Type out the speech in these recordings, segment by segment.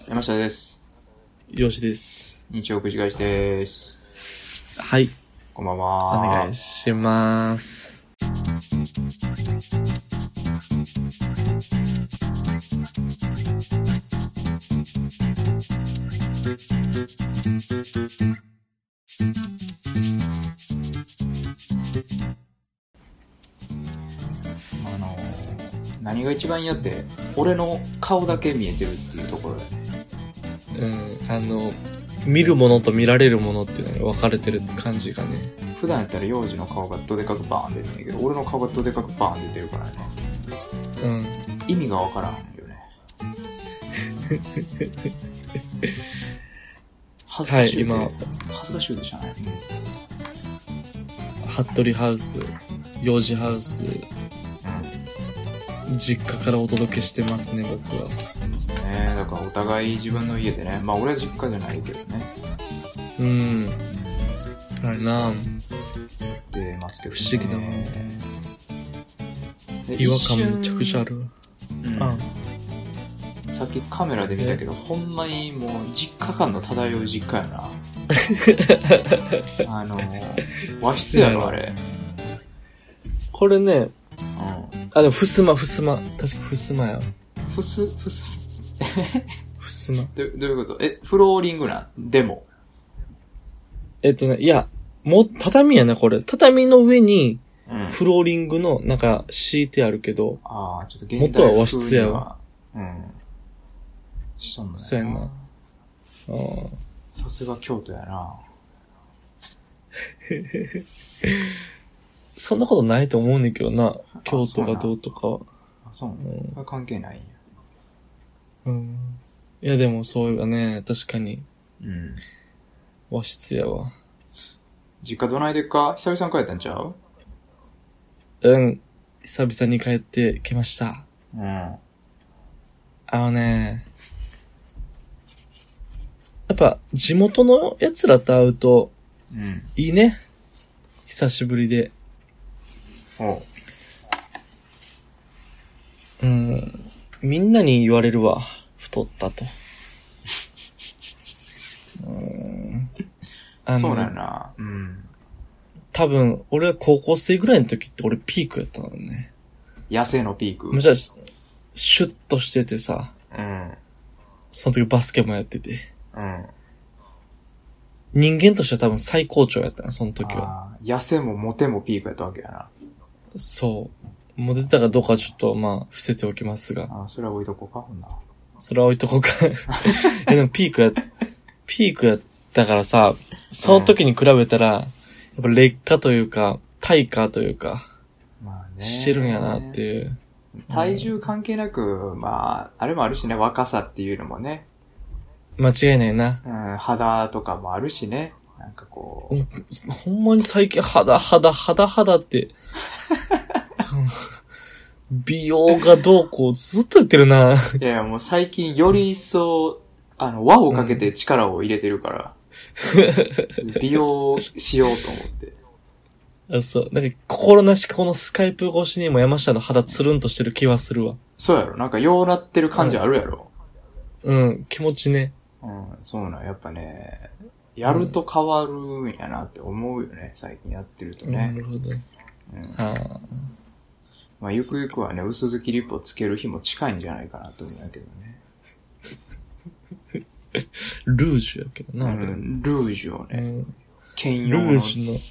山下です。 よしです。 日曜くじ返しです。 はい。 こんばんは。 お願いします。 何が一番嫌って、俺の顔だけ見えてるっていうところだね。見るものと見られるものっていうのが分かれてるって感じがね。 普段やったら幼児の顔がどでかくバーン出るんだけど、俺の顔がどでかくバーン出てるからね。意味が分からんよね。恥ずかしい。はい、恥ずかしいでしょうね。 服部ハウス、幼児ハウス、実家からお届けしてますね、僕は。 ね、だからお互い自分の家でね、まあ俺は実家じゃないけどね。 あれな出ますけどね。 不思議だな。違和感めちゃくちゃあるわ。 さっきカメラで見たけど、ほんまにもう実家感の漂う実家やな。和室やろ、あれ。 これね、でも、ふすま。確かふすまや。 ふすま。 どういうこと？フローリングでも。 いや、畳やな、これ。畳の上に、フローリングの、なんか、敷いてあるけど、 ちょっと元は和室やわ。しとんのやな。 そうやな。 さすが京都やな。 そんなことないと思うねんけどな。京都がどうとかは。 そうなの？関係ないんや。いやでもそういうね、確かに。和室やわ。 実家どないでっか？久々に帰ったんちゃう？ 久々に帰ってきました。やっぱ地元の奴らと会うと、いいね。久しぶりで。みんなに言われるわ。太ったと。 そうだよな。 多分、俺は高校生ぐらいの時って俺ピークやったのね。 痩せのピーク？ むしろ、シュッとしててさ。その時バスケもやってて。人間としては多分最高潮やったな、その時は。 痩せもモテもピークやったわけやな。 そう。モテたかどうかはちょっと、伏せておきますが。 それは置いとこうか、ほんな。 それは置いとこうか。でもピークやったからさ、その時に比べたら、やっぱ劣化というか、退化というか、してるんやなっていう。 体重関係なく、あれもあるしね、若さっていうのもね。 間違いないな。 肌とかもあるしね。なんかこう。 ほんまに最近肌って。美容がどうこうずっと言ってるな。 いやもう最近より一層、輪をかけて力を入れてるから。美容しようと思って。 そう。なんか心なしかこのスカイプ越しにも山下の肌つるんとしてる気はするわ。 そうやろ。なんかようなってる感じあるやろ。 気持ちね。 そうなん。やっぱね、やると変わるんやなって思うよね。最近やってるとね。 なるほど。 ゆくゆくはね、薄付きリップをつける日も近いんじゃないかなと思うんだけどね。 ルージュやけどな。 ルージュをね、兼用の。ルージュの。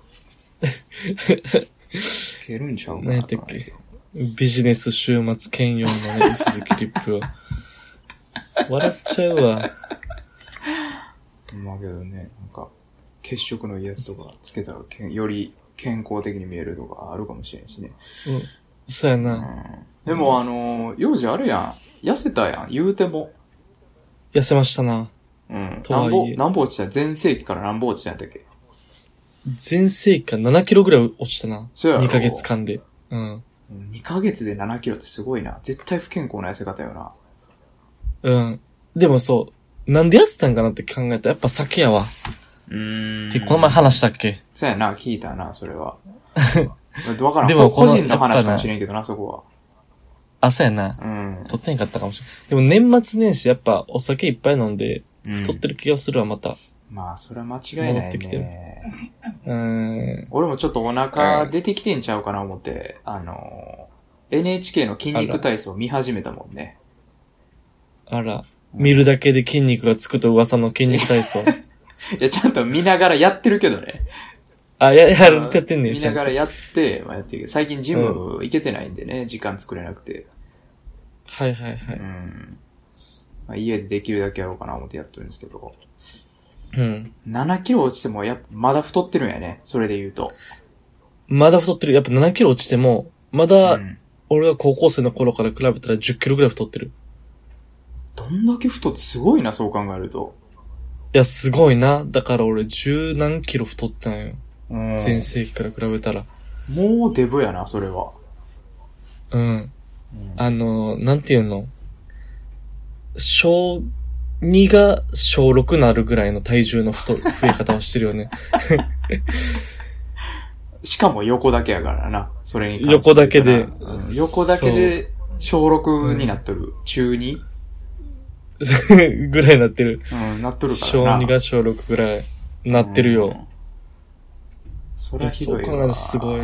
つけるんちゃうかな。 何やったっけ？ビジネス週末兼用のね、薄付きリップを。笑っちゃうわ。 けどね、なんか、血色のいいやつとかつけたらより健康的に見えるとかあるかもしれんしね。 そうやな。 でも幼児あるやん。痩せたやん。言うても。 痩せましたな。 何歩落ちた？前世紀から何歩落ちたんやったっけ？ 前世紀から7キロぐらい落ちたな。 そうやろ。 2ヶ月間で。 2ヶ月で7キロってすごいな。絶対不健康な痩せ方よな。 でもそう、なんで痩せたんかなって考えたらやっぱ酒やわ。ってこの前話したっけ？ そうやな、聞いたな、それは。わからん。でも個人の話かもしれんけどな、そこは。 朝やな。 うん。 太ってんかったかもしれない。でも年末年始やっぱお酒いっぱい飲んで、太ってる気がするわ、また。 まあ、それは間違いないね。 戻ってきてる。 俺もちょっとお腹出てきてんちゃうかな思って、NHK の筋肉体操見始めたもんね。 あら、見るだけで筋肉がつくと噂の筋肉体操。 いや、ちゃんと見ながらやってるけどね。 やってんねん。 見ながらやって、やってるけど、最近ジム行けてないんでね、時間作れなくて。 はいはいはい。 家でできるだけやろうかな思ってやってるんですけど。 7 キロ落ちてもまだ太ってるんやね。それで言うと。 まだ太ってる。やっぱ7キロ落ちても、まだ、俺が高校生の頃から比べたら10キロぐらい太ってる。 どんだけ太ってすごいな、そう考えると。 いや、すごいな。だから俺10何キロ太ったんよ。前世紀から比べたら。 もうデブやな、それは。 なんていうの？小2が小6なるぐらいの体重の増え方をしてるよね。 しかも横だけやからな、それに。 横だけで。 横だけで小6になっとる。中 2? ぐらいになってる。 なっとるからな。 小2が小6ぐらいなってるよ。 それはひどいわ。 そう考えるとすごい。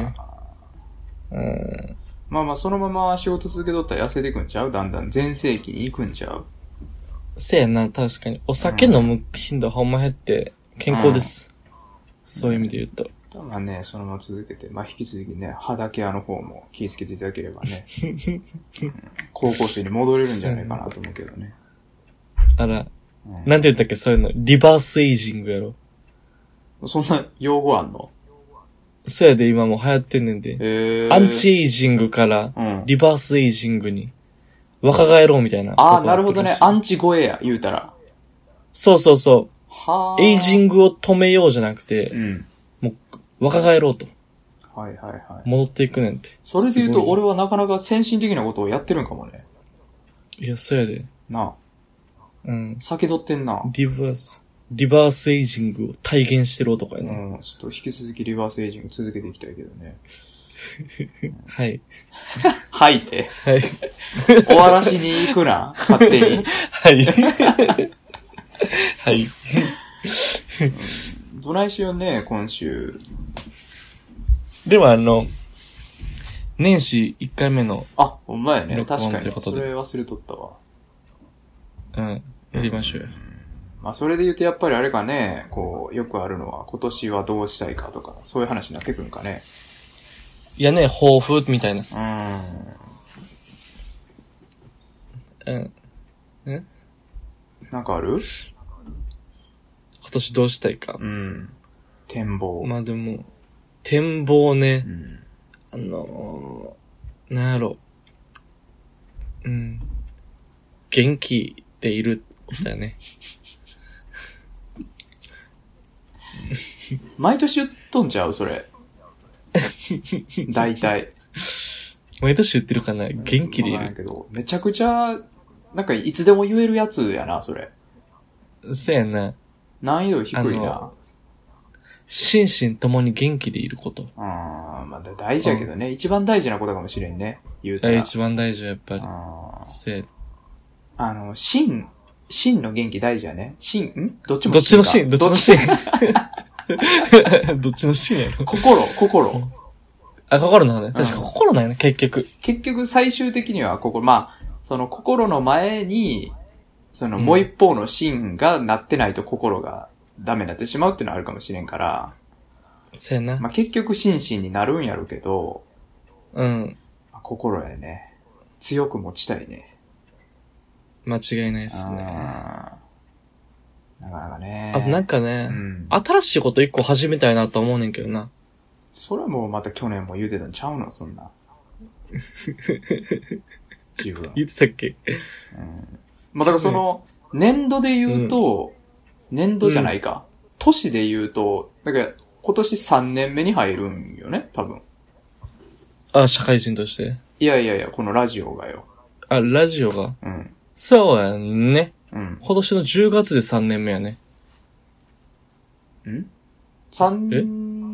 まあまあ、そのまま仕事続けとったら痩せていくんちゃう？だんだん前世紀に行くんちゃう？ せやな、確かに。お酒飲む頻度ほんま減って健康です。そういう意味で言うと。 まあね、そのまま続けて、まあ引き続きね、肌ケアの方も気をつけていただければね、高校生に戻れるんじゃないかなと思うけどね。 あら、なんて言ったっけ、そういうの。リバースエイジングやろ。 そんな用語あんの？ そうやで、今もう流行ってんねんで。アンチエイジングから、リバースエイジングに、若返ろうみたいな。 なるほどね。アンチ超えや、言うたら。 そうそうそう。エイジングを止めようじゃなくて、もう、若返ろうと。 はいはいはい。 戻っていくねんて。 それで言うと、俺はなかなか先進的なことをやってるんかもね。 いや、そうやで。 なあ。酒取ってんな。 リバースエイジングを体現してる男やね。 ちょっと引き続きリバースエイジング続けていきたいけどね。 はい。 はいって。 はい。 終わらしに行くな、勝手に。 はい。はい。 どないしようね、今週。 でも年始1回目の。 ほんまやね。確かに。それ忘れとったわ。 やりましょうよ。 まあ、それで言うとやっぱりあれかね、よくあるのは、今年はどうしたいかとか、そういう話になってくるんかね。 いやね、抱負みたいな。 なんかある？ 今年どうしたいか。 展望。 まあでも、展望ね。なんやろ。元気でいることだね。 毎年言っとんちゃうそれ。大体。 毎年言ってるかな？元気でいる。 けど、めちゃくちゃ、なんかいつでも言えるやつやな、それ。 そうやな。 難易度低いな。 心身ともに元気でいること。 まあ大事やけどね。一番大事なことかもしれんね。言うたら。 一番大事はやっぱり。そうや。 心の元気大事やね。どっちもどっちの心どっちの心どっちの心やろ？ 心。 心の方ね。確か心なんやね、結局。 結局最終的にはまあ、その心の前に、もう一方の心がなってないと心がダメになってしまうっていうのはあるかもしれんから。 そうやな。 まあ結局心身になるんやろうけど、心やね。強く持ちたいね。 間違いないっすね。 なかなかね。 あとなんかね、新しいこと一個始めたいなと思うねんけどな。 それはもうまた去年も言うてたんちゃうのそんな。自分。 言ってたっけ？ まあだから年度で言うと、年度じゃないか。年で言うと、だから今年3年目に入るんよね、多分。 社会人として。 いや、このラジオがよ。 ラジオが。そうやんね。今年の10月で3年目やね。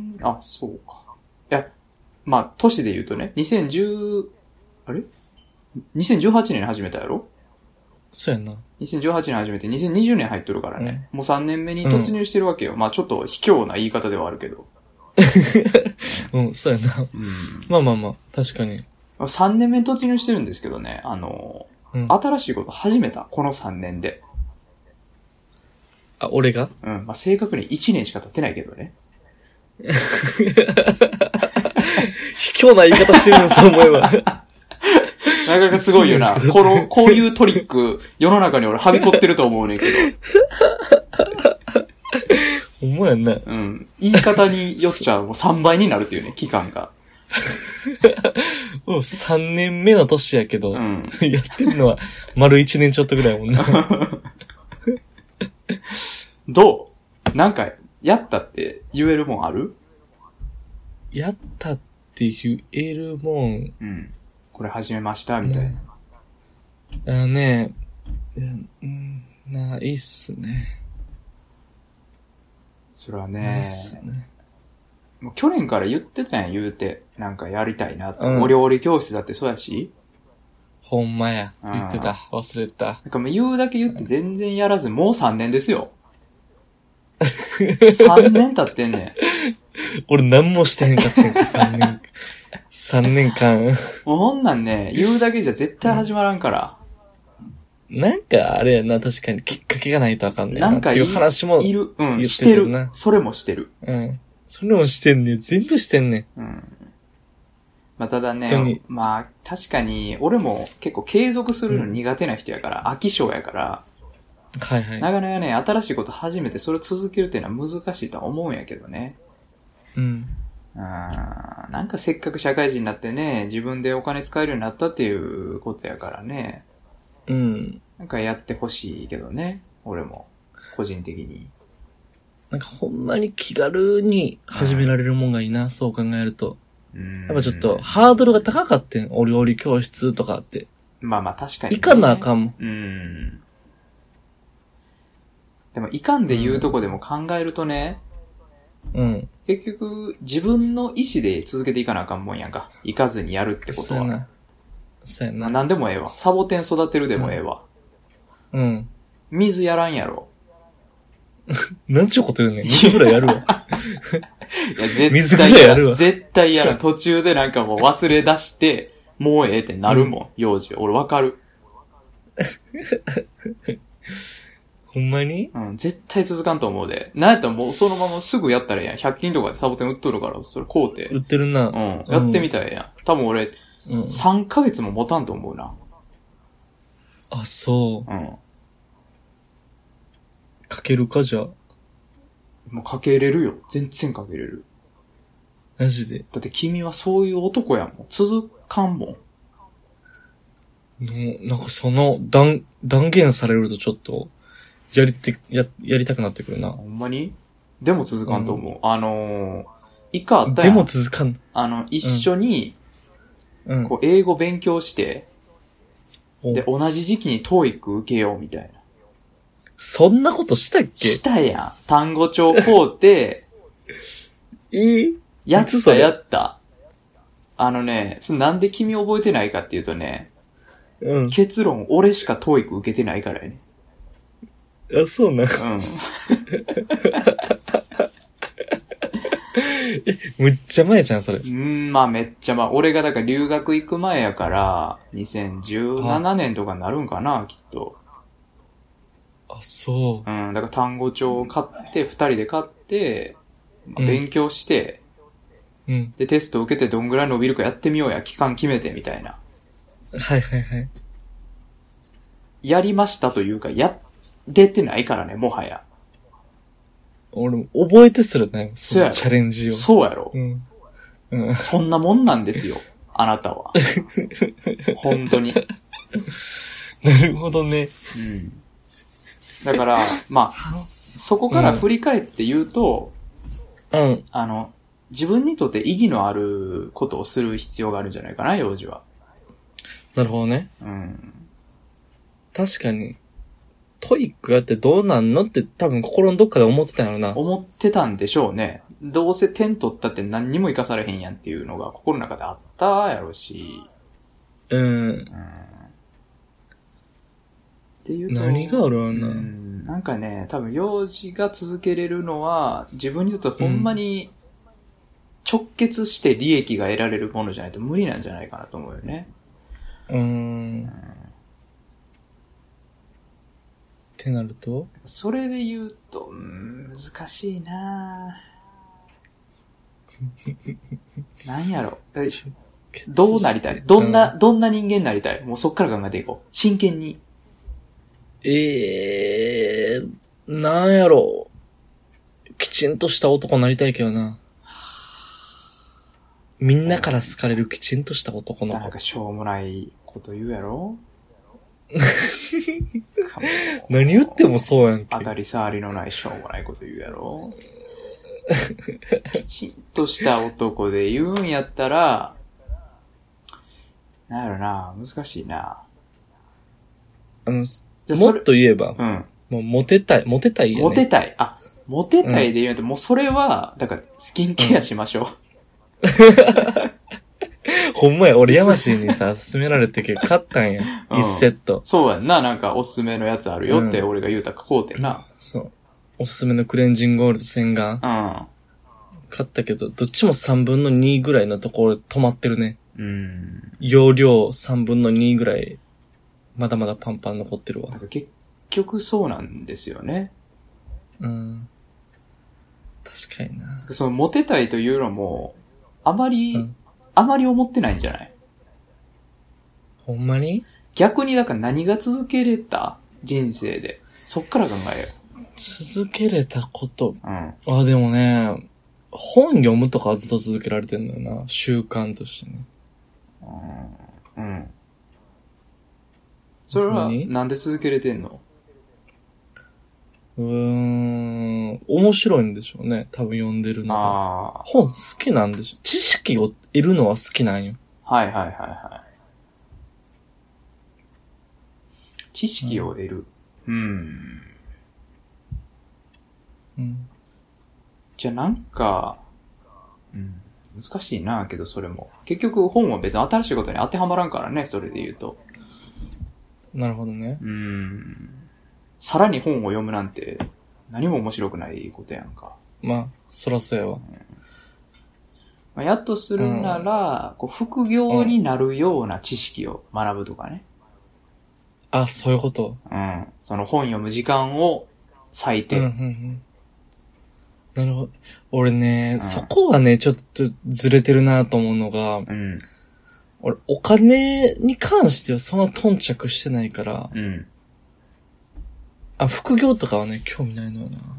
そうか。いや、まあ、年で言うとね、2010 2018年に始めたやろ？ そうやんな。 2018年始めて2020年入っとるからね。もう3年目に突入してるわけよ。まあちょっと卑怯な言い方ではあるけど。 うん、そうやな。まあまあまあ、確かに。 3年目に突入してるんですけどね、新しいこと始めた。この3年で。 あ、俺が？ まあ正確に1年しか経ってないけどね。 卑怯な言い方してるの、そう思えば。 なかなかすごいよな。こういうトリック、世の中に俺はびこってると思うねんけど。 ほんまやんな。 言い方によっちゃもう3倍になるっていうね、期間が。 もう3年目の年やけど、やってるのは丸1年ちょっとぐらいもんな。 どう？なんか、やったって言えるもんある？ やったって言えるもん。 これ始めました、みたいな。 ないっすね。 それはね、もう去年から言ってたやん、言うて。なんかやりたいなって。お料理教室だってそうやし。 ほんまや。言ってた。忘れた。 なんかもう言うだけ言って全然やらず、もう3年ですよ。3年経ってんねん。 俺何もしてへんかったんか、3年間。 もうほんなんね、言うだけじゃ絶対始まらんから。 なんかあれやな、確かにきっかけがないとあかんねんな。なんかっていう話もいる。してる。それもしてる。 それもしてんねん。全部してんねん。 まあただね、まあ確かに、俺も結構継続するの苦手な人やから、飽き性やから、 はいはい。 なかなかね、新しいこと始めてそれを続けるっていうのは難しいとは思うんやけどね。なんかせっかく社会人になってね、自分でお金使えるようになったっていうことやからね。なんかやってほしいけどね。俺も。個人的に。 なんかほんまに気軽に始められるもんがいいな、そう考えると。やっぱちょっとハードルが高かったん。お料理教室とかって。 まあまあ確かに、ね。 いかなあかんもん。 でもいかんで言うとこでも考えるとね。結局、自分の意思で続けていかなあかんもんやんか。行かずにやるってことは。 そうやな。 なんでもええわ。サボテン育てるでもええわ。水やらんやろ。 なんちゅうこと言うねん。水ぐらいやるわ。いや、水ぐらいやるわ。絶対やらん。途中でなんかもう忘れ出して、もうええってなるもん、幼児。俺わかる。 ほんまに？ 絶対続かんと思うで。なんやったらもうそのまますぐやったらええやん。100均とかでサボテン売っとるから、それ買うて。 売ってるな。 やってみたらええやん。多分俺、3ヶ月も持たんと思うな。 あ、そう。かけるか、じゃあ。 もうかけれるよ。全然かけれる。 マジで。 だって君はそういう男やもん。続かんもん。なんかその断言されるとちょっと、やりたくなってくるな。 ほんまに？でも続かんと思う。一回あったやん。 でも続かん。 一緒に、こう、英語勉強して、で、同じ時期に TOEIC 受けようみたいな。 そんなことしたっけ？ したやん。単語帳買うて、やった。なんで君覚えてないかっていうとね、結論、俺しか TOEIC 受けてないからやね。 あ、そうな。むっちゃ前じゃん、それ。 まあめっちゃ前。俺がだから留学行く前やから、2017年とかになるんかな、きっと。 あ、そう。 だから単語帳を買って、二人で買って、勉強して、で、テスト受けてどんぐらい伸びるかやってみようや、期間決めてみたいな。 はいはいはい。 やりましたというか、やれてないからね、もはや。 俺も覚えてすらないもん、そのチャレンジを。 そうやろ。そんなもんなんですよ、あなたは。本当に。 なるほどね。 だから、まあ、そこから振り返って言うと、自分にとって意義のあることをする必要があるんじゃないかな、幼児は。 なるほどね。確かに。トイックやってどうなんのって多分心のどっかで思ってたんやろな。 思ってたんでしょうね。どうせ点取ったって何にも活かされへんやんっていうのが心の中であったやろし。 うん。 っていうと。 何があるんだ、 なんかね、多分幼児が続けれるのは、自分にとってほんまに直結して利益が得られるものじゃないと無理なんじゃないかなと思うよね。 ってなると？ それで言うと、難しいななんやろ。どうなりたい？どんな人間になりたい？もうそっから考えていこう。真剣に。 なんやろ。きちんとした男になりたいけどな。みんなから好かれるきちんとした男の子。 なんかしょうもないこと言うやろ何言ってもそうやんけ。 当たり障りのないしょうもないこと言うやろきちんとした男で言うんやったら、なんやろな、難しいな。 もっと言えば、もうモテたいよね。 モテたい。あ、モテたいで言うと、もうそれは、だからスキンケアしましょう。 ほんまや、俺ヤマシーにさ、勧められてけ買ったんや。1セット。 そうやんな、なんかおすすめのやつあるよって俺が言うたかこうてな。 そう。おすすめのクレンジングオールド洗顔。買ったけど、どっちも3分の2ぐらいのところで止まってるね。容量3分の2ぐらい、まだまだパンパン残ってるわ。 なんか結局そうなんですよね。 確かにな。 そのモテたいというのも、あまり思ってないんじゃない？ ほんまに？ 逆にだから何が続けれた？人生で。そっから考えよう。 続けれたこと。でもね、本読むとかはずっと続けられてんのよな。習慣としてね。 それはなんで続けれてんの？ 面白いんでしょうね。多分読んでるのが。本好きなんでしょ。知識を得るのは好きなんよ。 はい。知識を得る。じゃあなんか、難しいなけどそれも。結局本は別に新しいことに当てはまらんからね、それで言うと。 なるほどね。 さらに本を読むなんて何も面白くないことやんか。 まあ、そらそうやわ。 やっとするなら、こう副業になるような知識を学ぶとかね。 そういうこと。 その本読む時間を割いて。 なるほど。俺ね、そこはね、ちょっとずれてるなと思うのが、俺、お金に関してはそんな頓着してないから、副業とかはね、興味ないのよな。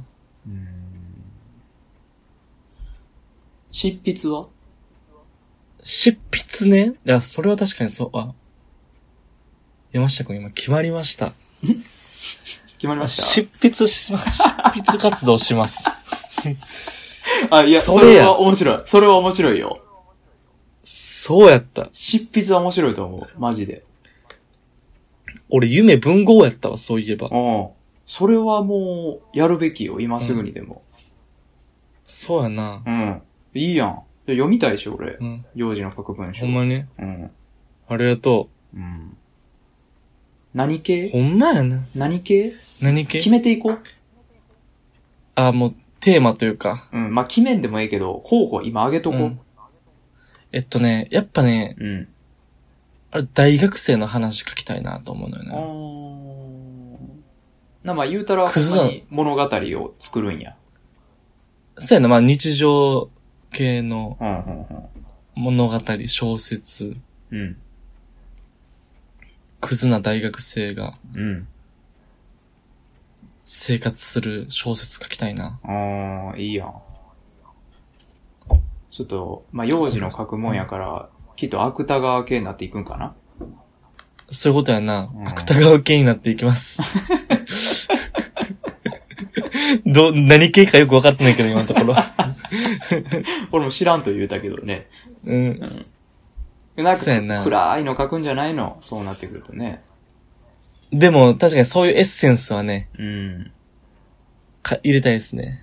執筆は？ 執筆ね。いや、それは確かにそう。山下くん今決まりました。 決まりました。 執筆活動します。 いや、それは面白い。それは面白いよ。 そうやった。 執筆は面白いと思う。マジで。 俺夢文豪やったわ、そういえば。 それはもう、やるべきよ、今すぐにでも。 そうやな。 いいやん。読みたいし、俺。幼児の書く文章。 ほんまに？ありがとう。 何系？ ほんまやな。 何系決めていこう。もう、テーマというか。 まあ、決めんでもええけど、候補今あげとこう。 やっぱね、あれ、大学生の話書きたいなと思うのよね。 まあ、言うたら、ほんまに物語を作るんや。 そうやな、まあ、日常系の物語、小説。クズな大学生が、生活する小説書きたいな。 いいやん。ちょっと、まあ、幼児の書くもんやから、きっと芥川系になっていくんかな？ そういうことやな。芥川系になっていきます。何系かよく分かってないけど、今のところ。 俺も知らんと言うたけどね。なんか、暗いの書くんじゃないの？そうなってくるとね。 でも、確かにそういうエッセンスはね、入れたいですね。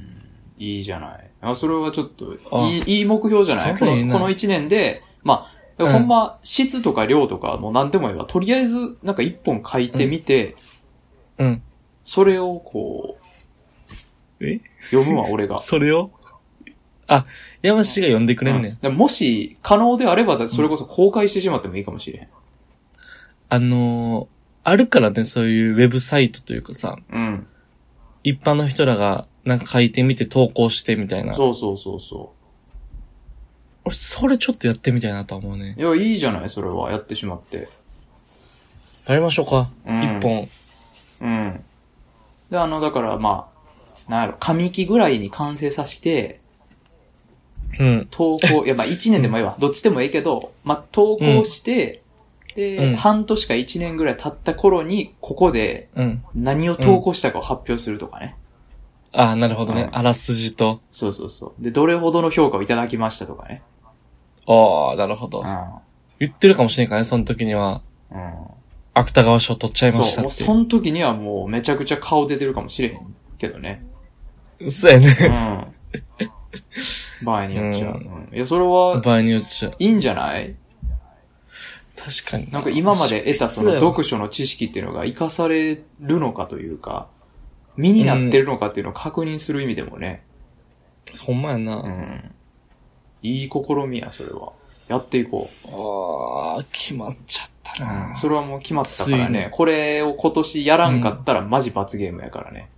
いいじゃない。それはちょっと、いい目標じゃない？この1年で、まあ、 ほんま、質とか量とかもう何でもいいわ。とりあえず、なんか一本書いてみて、 うん。 それをこう、読むわ、俺が。 それをあ、山氏が読んでくれんねん。 もし、可能であれば、それこそ公開してしまってもいいかもしれん。 あるからね、そういうウェブサイトというかさ、 うん。 一般の人らがなんか書いてみて投稿してみたいな。 そうそうそうそ俺、それちょっとやってみたいなと思うね。 う。いや、いいじゃない、それは。やってしまって。 やりましょうか。 うん一本。 うん。で、だからまあ、なんやろ、紙機ぐらいに完成させて、 うん。 投稿、いやまあ1年でもいいわ。どっちでもいいけど、まあ投稿して、で、半年か1年ぐらい経った頃に、ここで、何を投稿したかを発表するとかね。 ああ、なるほどね。あらすじと。 そうそうそう。で、どれほどの評価をいただきましたとかね。 ああ、なるほど。言ってるかもしれんからね、その時には。芥川賞取っちゃいましたって。 そう、その時にはもうめちゃくちゃ顔出てるかもしれへんけどね。 そうやね。 場合によっちゃ。いや、それは、 場合によっちゃ。 いいんじゃない？ 確かに。 なんか今まで得たその読書の知識っていうのが活かされるのかというか、身になってるのかっていうのを確認する意味でもね。 ほんまやな。 いい試みや、それは。やっていこう。 ああ、決まっちゃったな。 それはもう決まったからね。これを今年やらんかったらマジ罰ゲームやからね。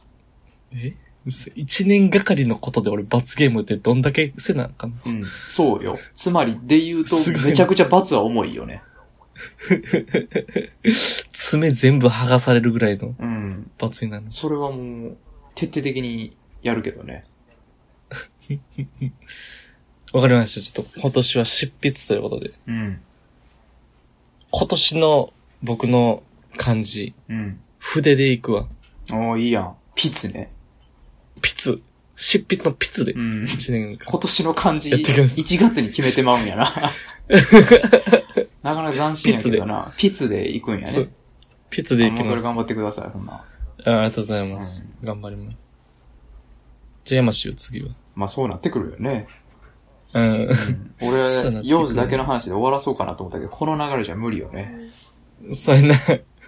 1年がかりのことで俺罰ゲームってどんだけせなあかんの？ そうよ。つまりで言うとめちゃくちゃ罰は重いよね。 爪全部剥がされるぐらいの罰になる。 それはもう徹底的にやるけどね。 わかりました。ちょっと今年は執筆ということで。今年の僕の漢字。筆でいくわ。 いいやん。筆ね。 筆。執筆の筆で。1年間。 今年の漢字、1月に決めてまうんやな。なかなか斬新やけどな。筆で行くんやね。 筆で行きます。 それ頑張ってください、ほんな。 ありがとうございます。頑張ります。じゃあ山氏よ、次は。 まあそうなってくるよね。俺、幼児だけの話で終わらそうかなと思ったけど、この流れじゃ無理よね。 そうやな。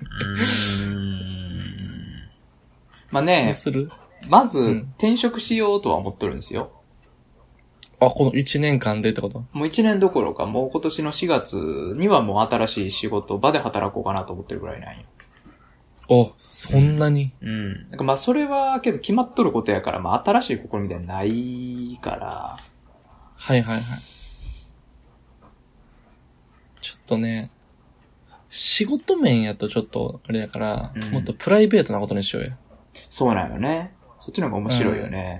まあね。 どうする？ まず、転職しようとは思っとるんですよ。 あ、この1年間でってこと？ もう1年どころか、もう今年の4月にはもう新しい仕事場で働こうかなと思ってるぐらいなんよ。 お、そんなに？ なんかまあそれはけど決まっとることやから、まあ新しい試みではないから。 はいはいはい。ちょっとね、仕事面やとちょっとあれやから、もっとプライベートなことにしようや。 そうなんよね。そっちの方が面白いよね。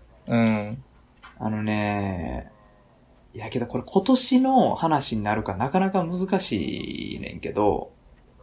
いやけどこれ今年の話になるかなかなか難しいねんけど、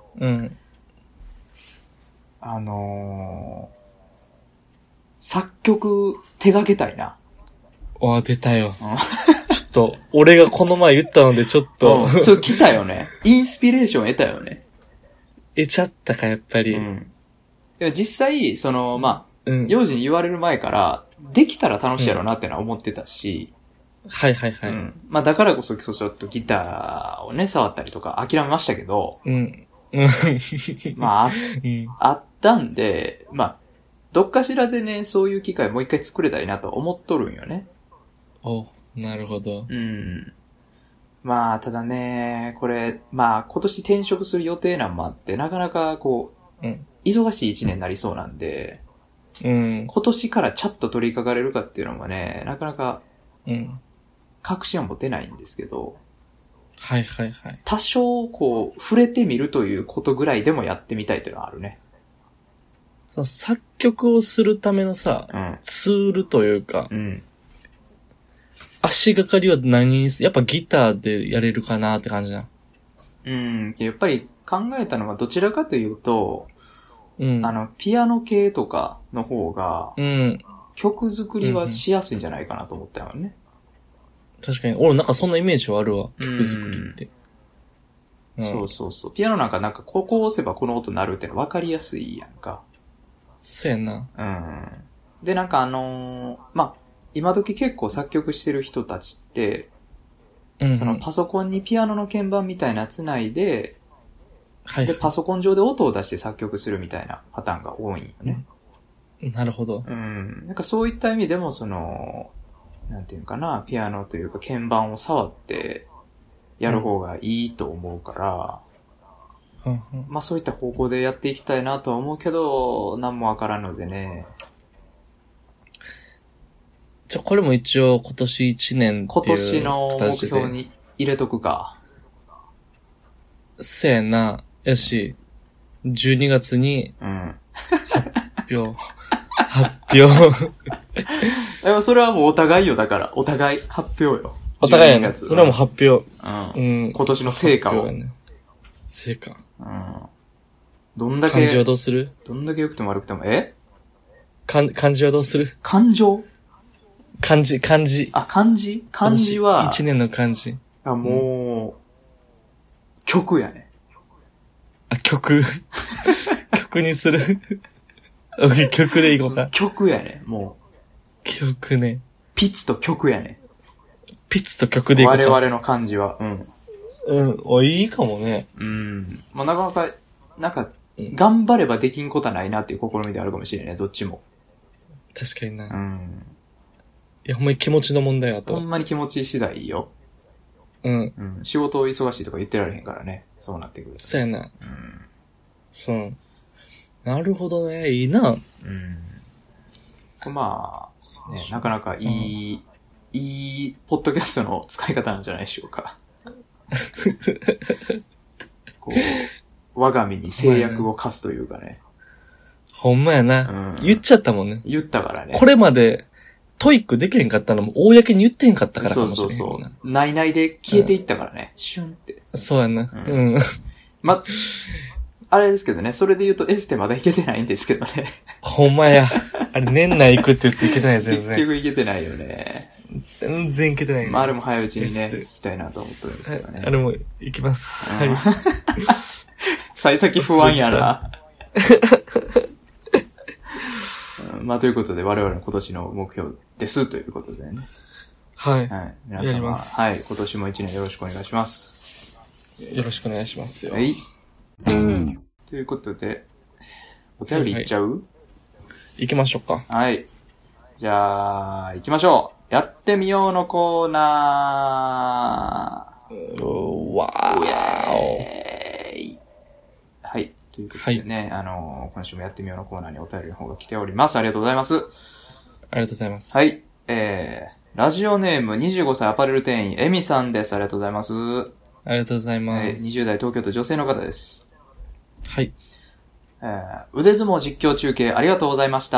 作曲手掛けたいな。 出たよ。ちょっと、俺がこの前言ったのでちょっと。 そう来たよね。インスピレーション得たよね。 得ちゃったか、やっぱり。 でも実際、幼児に言われる前から、できたら楽しいやろうなってのは思ってたし。 はいはいはい。 まあだからこそちょっとギターをね、触ったりとか諦めましたけど。まあ、あったんで、まあ、どっかしらでね、そういう機会もう一回作れたらいいなと思っとるんよね。 なるほど。 まあ、ただね、これ、まあ、今年転職する予定なんもあって、なかなかこう、忙しい一年になりそうなんで、今年からチャッと取り掛かれるかっていうのもね、なかなか、確信は持てないんですけど、 はいはいはい。 多少、こう、触れてみるということぐらいでもやってみたいっていうのはあるね。 その作曲をするためのさ、ツールというか、足がかりは何にやっぱギターでやれるかなって感じな。 やっぱり考えたのはどちらかというと、ピアノ系とかの方が、曲作りはしやすいんじゃないかなと思ったよね。 確かに。俺なんかそんなイメージはあるわ。曲作りって。 そうそうそう。ピアノなんかここを押せばこの音鳴るっての分かりやすいやんか。 そうやな。 で、なんかまあ、今時結構作曲してる人たちって、 そのパソコンにピアノの鍵盤みたいなつないで、 はい。 で、パソコン上で音を出して作曲するみたいなパターンが多いんよね。 なるほど。 なんかそういった意味でも、その、なんていうかな、ピアノというか鍵盤を触ってやる方がいいと思うから、まあそういった方向でやっていきたいなとは思うけど、何もわからんのでね。 じゃ、これも一応今年1年今年の目標に入れとくか。 せやな。やし、12月に、発表。 でもそれはもうお互いよ、だから。お互い発表よ。 お互いやね。それはもう発表。 今年の成果を。 成果。 どんだけ。 漢字はどうする？ どんだけ良くても悪くても、 漢字はどうする？ 感情？ 漢字。 あ、漢字は。 1年の漢字。 もう、曲やね。 あ、曲にする曲でいこうか。 曲やね、もう。 曲ね。 ピツと曲やね。 ピツと曲でいこうか。 我々の漢字は。 いいかもね。 まあ、なかなか、頑張ればできんことはないなっていう試みであるかもしれないね、どっちも。 確かにな。いや、ほんまに気持ちの問題だと。 ほんまに気持ち次第よ。仕事忙しいとか言ってられへんからね。そうなってくる。 そうやな。そう。なるほどね。いいな。 まあ、ね、なかなかいい、ポッドキャストの使い方なんじゃないでしょうか。こう、我が身に制約を課すというかね。 ほんまやな。言っちゃったもんね。 言ったからね。 これまで、トイックできへんかったのも、公に言ってへんかったからかもしれない。そう。 内々で消えていったからね。シュンって。 そうやな。 ま、あれですけどね、それで言うとエステまだいけてないんですけどね。 ほんまや。あれ年内行くって言っていけてない、全然。 結局いけてないよね。 全然いけてない、ね。 まあ、あれも早いうちにね、行きたいなと思ってるんですけどね。 あれも行きます。はい。 幸先不安やな。まあ、ということで、我々の今年の目標ですということでね。 はい。 皆様、はい、今年も一年よろしくお願いします。 よろしくお願いしますよ。 はい。ということで、お便りいっちゃう？ 行きましょうか。 はい。じゃあ、行きましょう。やってみようのコーナー。 わーお。 はい。ということでね、今週もやってみようのコーナーにお便りの方が来ております。ありがとうございます。 ありがとうございます。 はい。ラジオネーム25歳アパレル店員、エミさんです。ありがとうございます。 ありがとうございます。 20代東京都女性の方です。 はい。 腕相撲実況中継ありがとうございました。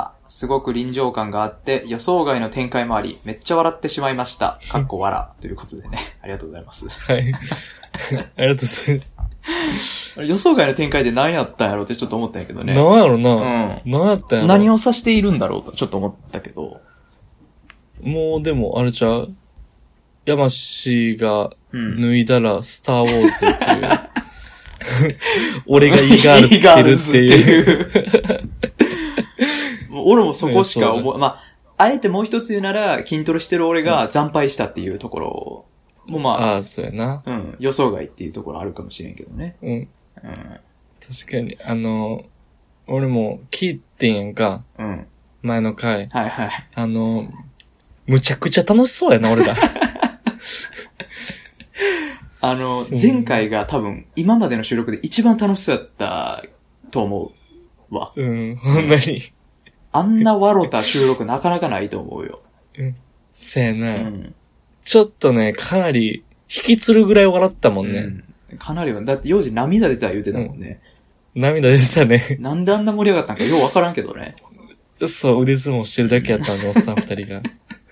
すごく臨場感があって予想外の展開もあり、めっちゃ笑ってしまいました。かっこ笑ということでね。ありがとうございます。 はい。ありがとうございます。 予想外の展開で何やったんやろうってちょっと思ったんやけどね。 何やろな。何やったんやろ。 何を指しているんだろうとちょっと思ったけど。 もうでも、あれちゃう？山氏が脱いだらスターウォーズっていう。俺がイーガールズ着てるっていう。 俺もそこしかまあ、あえてもう一つ言うなら、筋トレしてる俺が惨敗したっていうところもまあ、 そうやな。 予想外っていうところあるかもしれんけどね。 確かに、俺も聞いてんやんか。前の回。 はいはい。 むちゃくちゃ楽しそうやな、俺ら。 前回が多分、今までの収録で一番楽しそうやったと思うわ。 ほんまに。 あんな笑った収録なかなかないと思うよ。 せやな。ちょっとね、かなり、引きつるぐらい笑ったもんね。 かなりは、だって幼児涙出た言うてたもんね。 涙出てたね。 なんであんな盛り上がったんかようわからんけどね。 そう、腕相撲してるだけやったんで、おっさん二人が。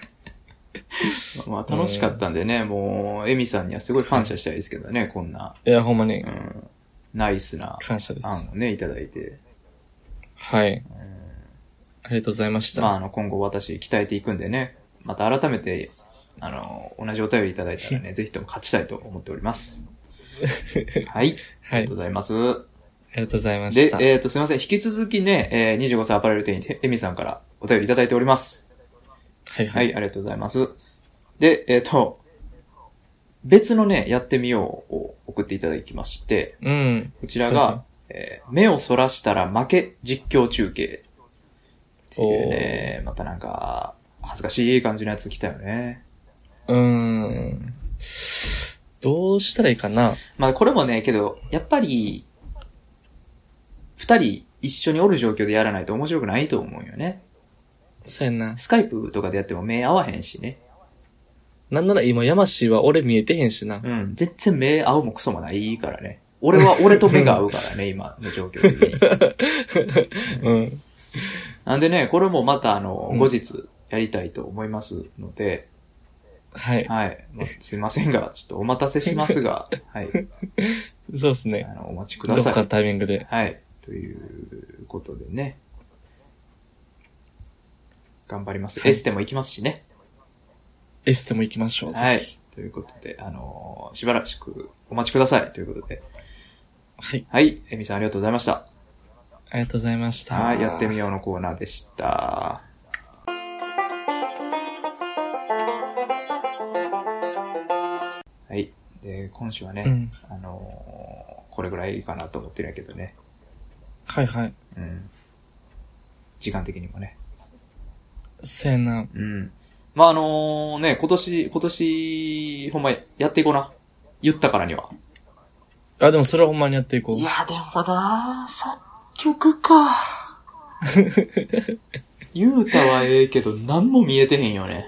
まあ楽しかったんでね、もう、エミさんにはすごい感謝したいですけどね、こんな。 いや、ほんまに。 ナイスな。 感謝です。 案をね、いただいて。 はい。ありがとうございました。 まあ今後私鍛えていくんでね、また改めて、同じお便りいただいたらね、ぜひとも勝ちたいと思っております。はい。ありがとうございます。ありがとうございました。 で、すいません。引き続きね、25歳アパレル店員、エミさんからお便りいただいております。 はいはい。 はい、ありがとうございます。で、 別のね、やってみようを送っていただきまして、 うん。 こちらが、目をそらしたら負け実況中継っていうね、またなんか、恥ずかしい感じのやつ来たよね。 どうしたらいいかな。 まあこれもね、けど、やっぱり、二人一緒におる状況でやらないと面白くないと思うよね。 そうやな。 スカイプとかでやっても目合わへんしね。 なんなら今、ヤマシーは俺見えてへんしな。 うん。全然目合うもクソもないからね。俺と目が合うからね、今の状況的に。うん。なんでね、これもまた後日やりたいと思いますので、 はい。 はい。すいませんが、ちょっとお待たせしますが、はい。 そうですね。 お待ちください。 どこかのタイミングで。 はい。ということでね。頑張ります。はい、エステも行きますしね。 エステも行きましょう。 はい。ということで、しばらくお待ちください。ということで。 はい。 はい。エミさんありがとうございました。 ありがとうございました。 はい。やってみようのコーナーでした。はい。で、今週はね、これぐらいいいかなと思ってるんやけどね。 はいはい。 うん。時間的にもね。 せやな。 うん。まあね、今年、ほんまやっていこうな。言ったからには。 あ、でもそれはほんまにやっていこう。 いや、でもな、作曲か。言うたはええけど、何も見えてへんよね。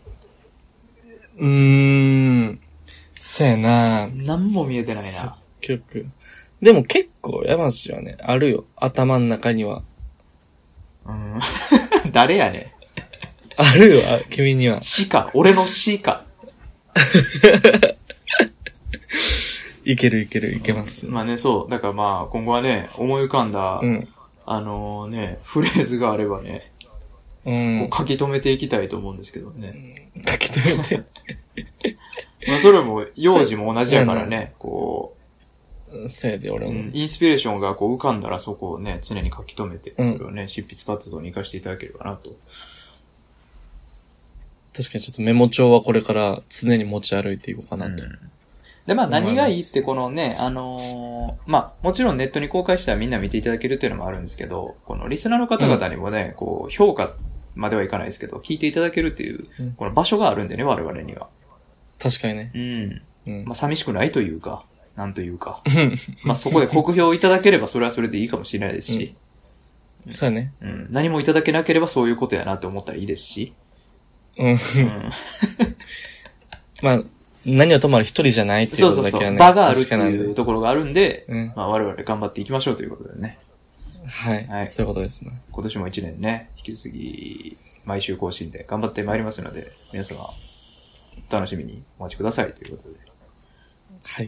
せやな。 何も見えてないな。 作曲。でも結構山氏はね、あるよ。頭の中には。 誰やねん。 あるよ、君には。 詩か。俺の詩か。 いける、いけます。 まあね、そう。だからまあ、今後はね、思い浮かんだ、フレーズがあればね、書き留めていきたいと思うんですけどね。 書き留めて。 まあ、それも、幼児も同じやからね、こう。そうやで、俺も。 インスピレーションがこう浮かんだらそこをね、常に書き留めて、それをね、執筆活動に活かしていただければなと。 確かにちょっとメモ帳はこれから常に持ち歩いていこうかなと。 で、まあ何がいいってこのね、まあもちろんネットに公開したらみんな見ていただけるっていうのもあるんですけど、このリスナーの方々にもね、こう評価まではいかないですけど、聞いていただけるっていう、この場所があるんでね、我々には。 確かにね。 まあ寂しくないというか、なんというか。まあそこで酷評いただければそれはそれでいいかもしれないですし。 そうやね。 何もいただけなければそういうことやなって思ったらいいですし。 まあ、何をともあれ一人じゃないっていうことだけはね。 場があるっていうところがあるんで、まあ我々頑張っていきましょうということでね。 はい。そういうことですね。 今年も1年ね、引き続き毎週更新で頑張ってまいりますので、皆様楽しみにお待ちくださいということで。 はい。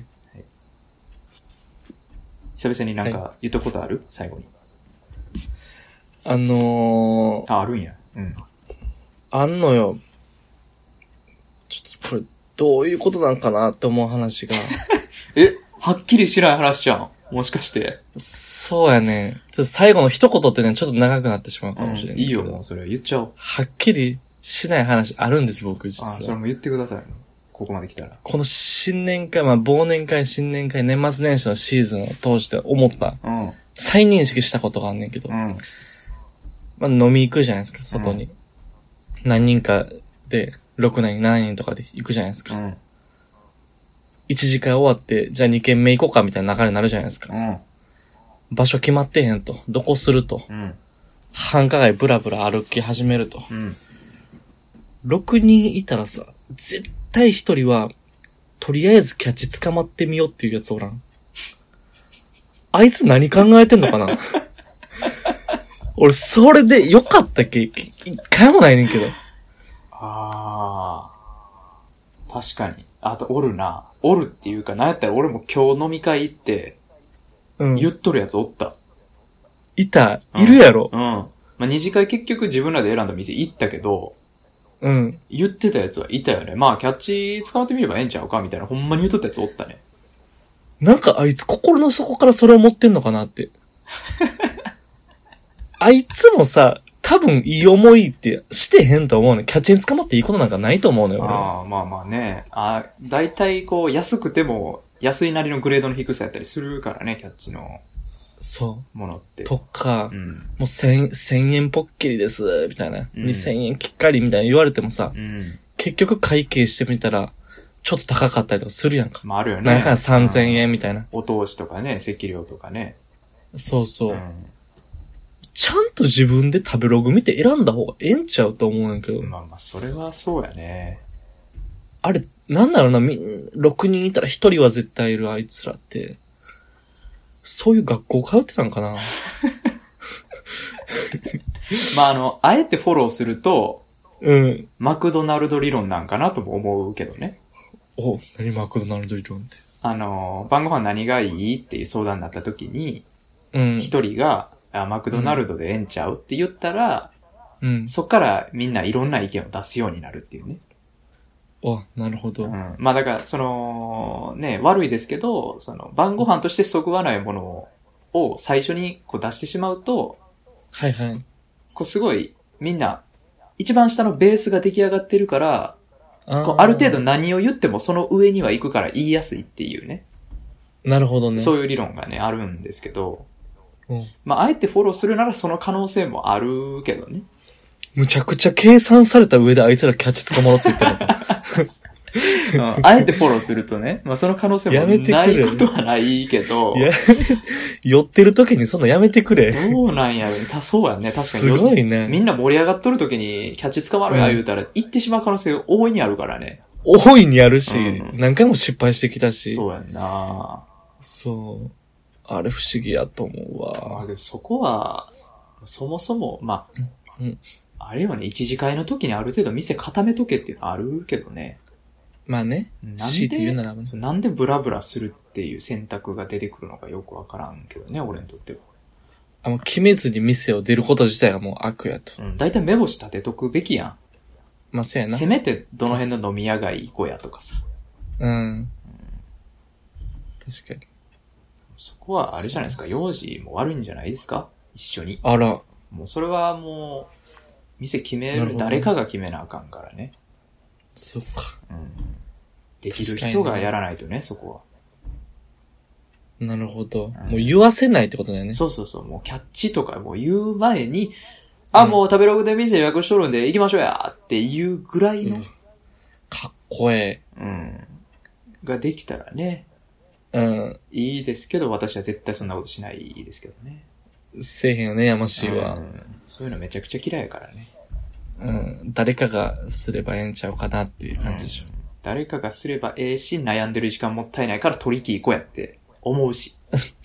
久々になんか言っとくことある？最後に。あるんや。 あんのよ。ちょっとこれ、どういうことなんかなって思う話が。 はっきりしない話じゃん。もしかして。 そうやね。ちょっと最後の一言ってね、ちょっと長くなってしまうかもしれない。 いいよ、もうそれ言っちゃおう。 はっきりしない話あるんです、僕、実は。 それも言ってください。ここまで来たら。 この新年会、まあ、忘年会、新年会、年末年始のシーズンを通して思った。再認識したことがあんねんけど。まあ、飲み行くじゃないですか、外に。何人かで、6人、7人とかで行くじゃないですか。1次会終わって、じゃあ2軒目行こうかみたいな流れになるじゃないですか。場所決まってへんと。どこすると。繁華街ブラブラ歩き始めると。6人いたらさ、絶対1人は、とりあえずキャッチ捕まってみようっていうやつおらん。あいつ何考えてんのかな俺、それでよかったっけ？一回もないねんけど。 確かに。あと、おるな。おるっていうか、なんやったら俺も今日飲み会行って、言っとるやつおった。 いるやろ。 まあ、二次会結局自分らで選んだ店行ったけど、言ってたやつはいたよね。まあ、キャッチ捕まってみればええんちゃうかみたいな、ほんまに言っとったやつおったね。 なんかあいつ心の底からそれを持ってんのかなって。あいつもさ、 多分いい思いってしてへんと思うね。キャッチに捕まっていいことなんかないと思うね、俺。 ああ、まあまあね。だいたいこう、安くても、安いなりのグレードの低さやったりするからね、キャッチの。 そう。 ものって。 とか、もう1000円ポッキリです、みたいな。2000円きっかりみたいな言われてもさ、結局会計してみたら、ちょっと高かったりとかするやんか。 まああるよね。 なんか3000円みたいな。 お通しとかね、席料とかね。 そうそう。ちゃんと自分で食べログ見て選んだ方がええんちゃうと思うんやけど。 まあまあ、それはそうやね。 あれ、なんだろうな、6人いたら1人は絶対いるあいつらって。そういう学校通ってたんかなまああえてフォローすると、マクドナルド理論なんかなとも思うけどね。 何マクドナルド理論って。 晩ご飯何がいいっていう相談になった時に、一人が、マクドナルドでええんちゃうって言ったら、そっからみんないろんな意見を出すようになるっていうね。 なるほど。 まあだから、ね、悪いですけど、晩ご飯としてそぐわないものを最初にこう出してしまうと、 はいはい。 こうすごい、みんな、一番下のベースが出来上がってるから、ある程度何を言ってもその上には行くから言いやすいっていうね。 なるほどね。 そういう理論がね、あるんですけど、まあ、あえてフォローするならその可能性もあるけどね。 むちゃくちゃ計算された上であいつらキャッチ捕まろうって言ってるのか。 あえてフォローするとね、まあその可能性もないことはないけど。 寄ってる時にそんなやめてくれ。 どうなんやろ。そうやね。確かに。 すごいね。 みんな盛り上がっとる時にキャッチ捕まるや言うたら、行ってしまう可能性大いにあるからね。 大いにあるし、何回も失敗してきたし。 そうやんな。 そう。あれ不思議やと思うわ。 そこは、そもそも、まあ、あれはね、一次会の時にある程度店固めとけっていうのあるけどね。 まあね。 なんでブラブラするっていう選択が出てくるのかよくわからんけどね、俺にとっては。 もう決めずに店を出ること自体がもう悪やと。 だいたい目星立てとくべきやん。 まあそうやな。 せめてどの辺の飲み屋街行こうやとかさ。 確かに。 そこはあれじゃないですか、幼児も悪いんじゃないですか一緒に。 あら。 もうそれはもう、店決める、誰かが決めなあかんからね。 そっか。 できる人がやらないとね、そこは。なるほど。もう言わせないってことだよね。 そう。もうキャッチとかもう言う前に、もう食べログで店予約しとるんで行きましょうやっていうぐらいの。 かっこええ。ができたらね。いいですけど、私は絶対そんなことしないですけどね。 せえへんよね、やましいは。 そういうのめちゃくちゃ嫌いやからね。 誰かがすればええんちゃうかなっていう感じでしょ。 誰かがすればええし、悩んでる時間もったいないから取り行こうやって思うし。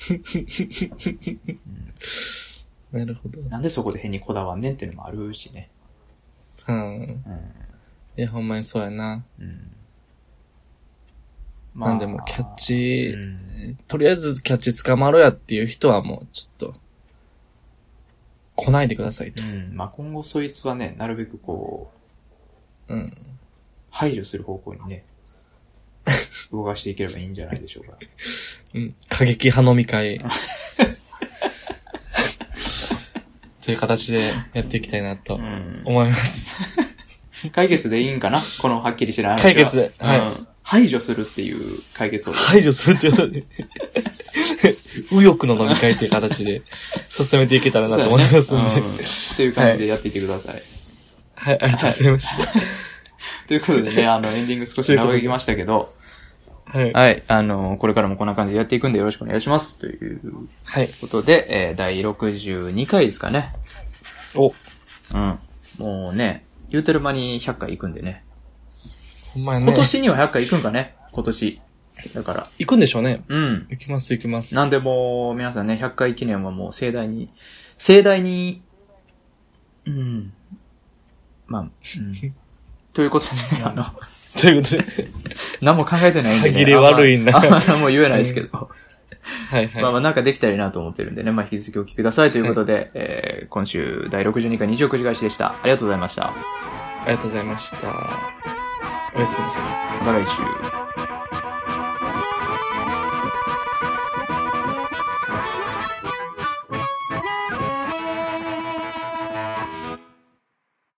なるほど。 なんでそこで変にこだわんねんっていうのもあるしね。 いや、ほんまにそうやな。なんでもキャッチ、とりあえずキャッチ捕まろやっていう人はもうちょっと、来ないでくださいと。 まあ今後そいつはね、なるべくこう、排除する方向にね、動かしていければいいんじゃないでしょうか。 過激派飲み会。という形でやっていきたいなと思います。 解決でいいんかなこのはっきりしない話は。 解決で。 排除するっていう解決を。 排除するっていうことで。右翼の飲み会っていう形で進めていけたらなと思いますんで。 っていう感じでやっていってください。 はい、ありがとうございました。 ということでね、エンディング少し長引きましたけど、はい。これからもこんな感じでやっていくんでよろしくお願いします。ということで、第62回ですかね。もうね、言うてる間に100回行くんでね。 ほんまやね。 今年には100回行くんかね今年。だから。 行くんでしょうね。 行きます行きます。 なんでもう、皆さんね、100回記念はもう盛大に、ということで、 ということで。 何も考えてないんで、ね。 歯切れ悪いんだ。 もう言えないですけど。 はい。 まあなんかできたらいいなと思ってるんでね。まあ引き続きお聞きくださいということで、今週第62回日曜9時返しでした。ありがとうございました。 ありがとうございました。おやすみなさい。 また来週。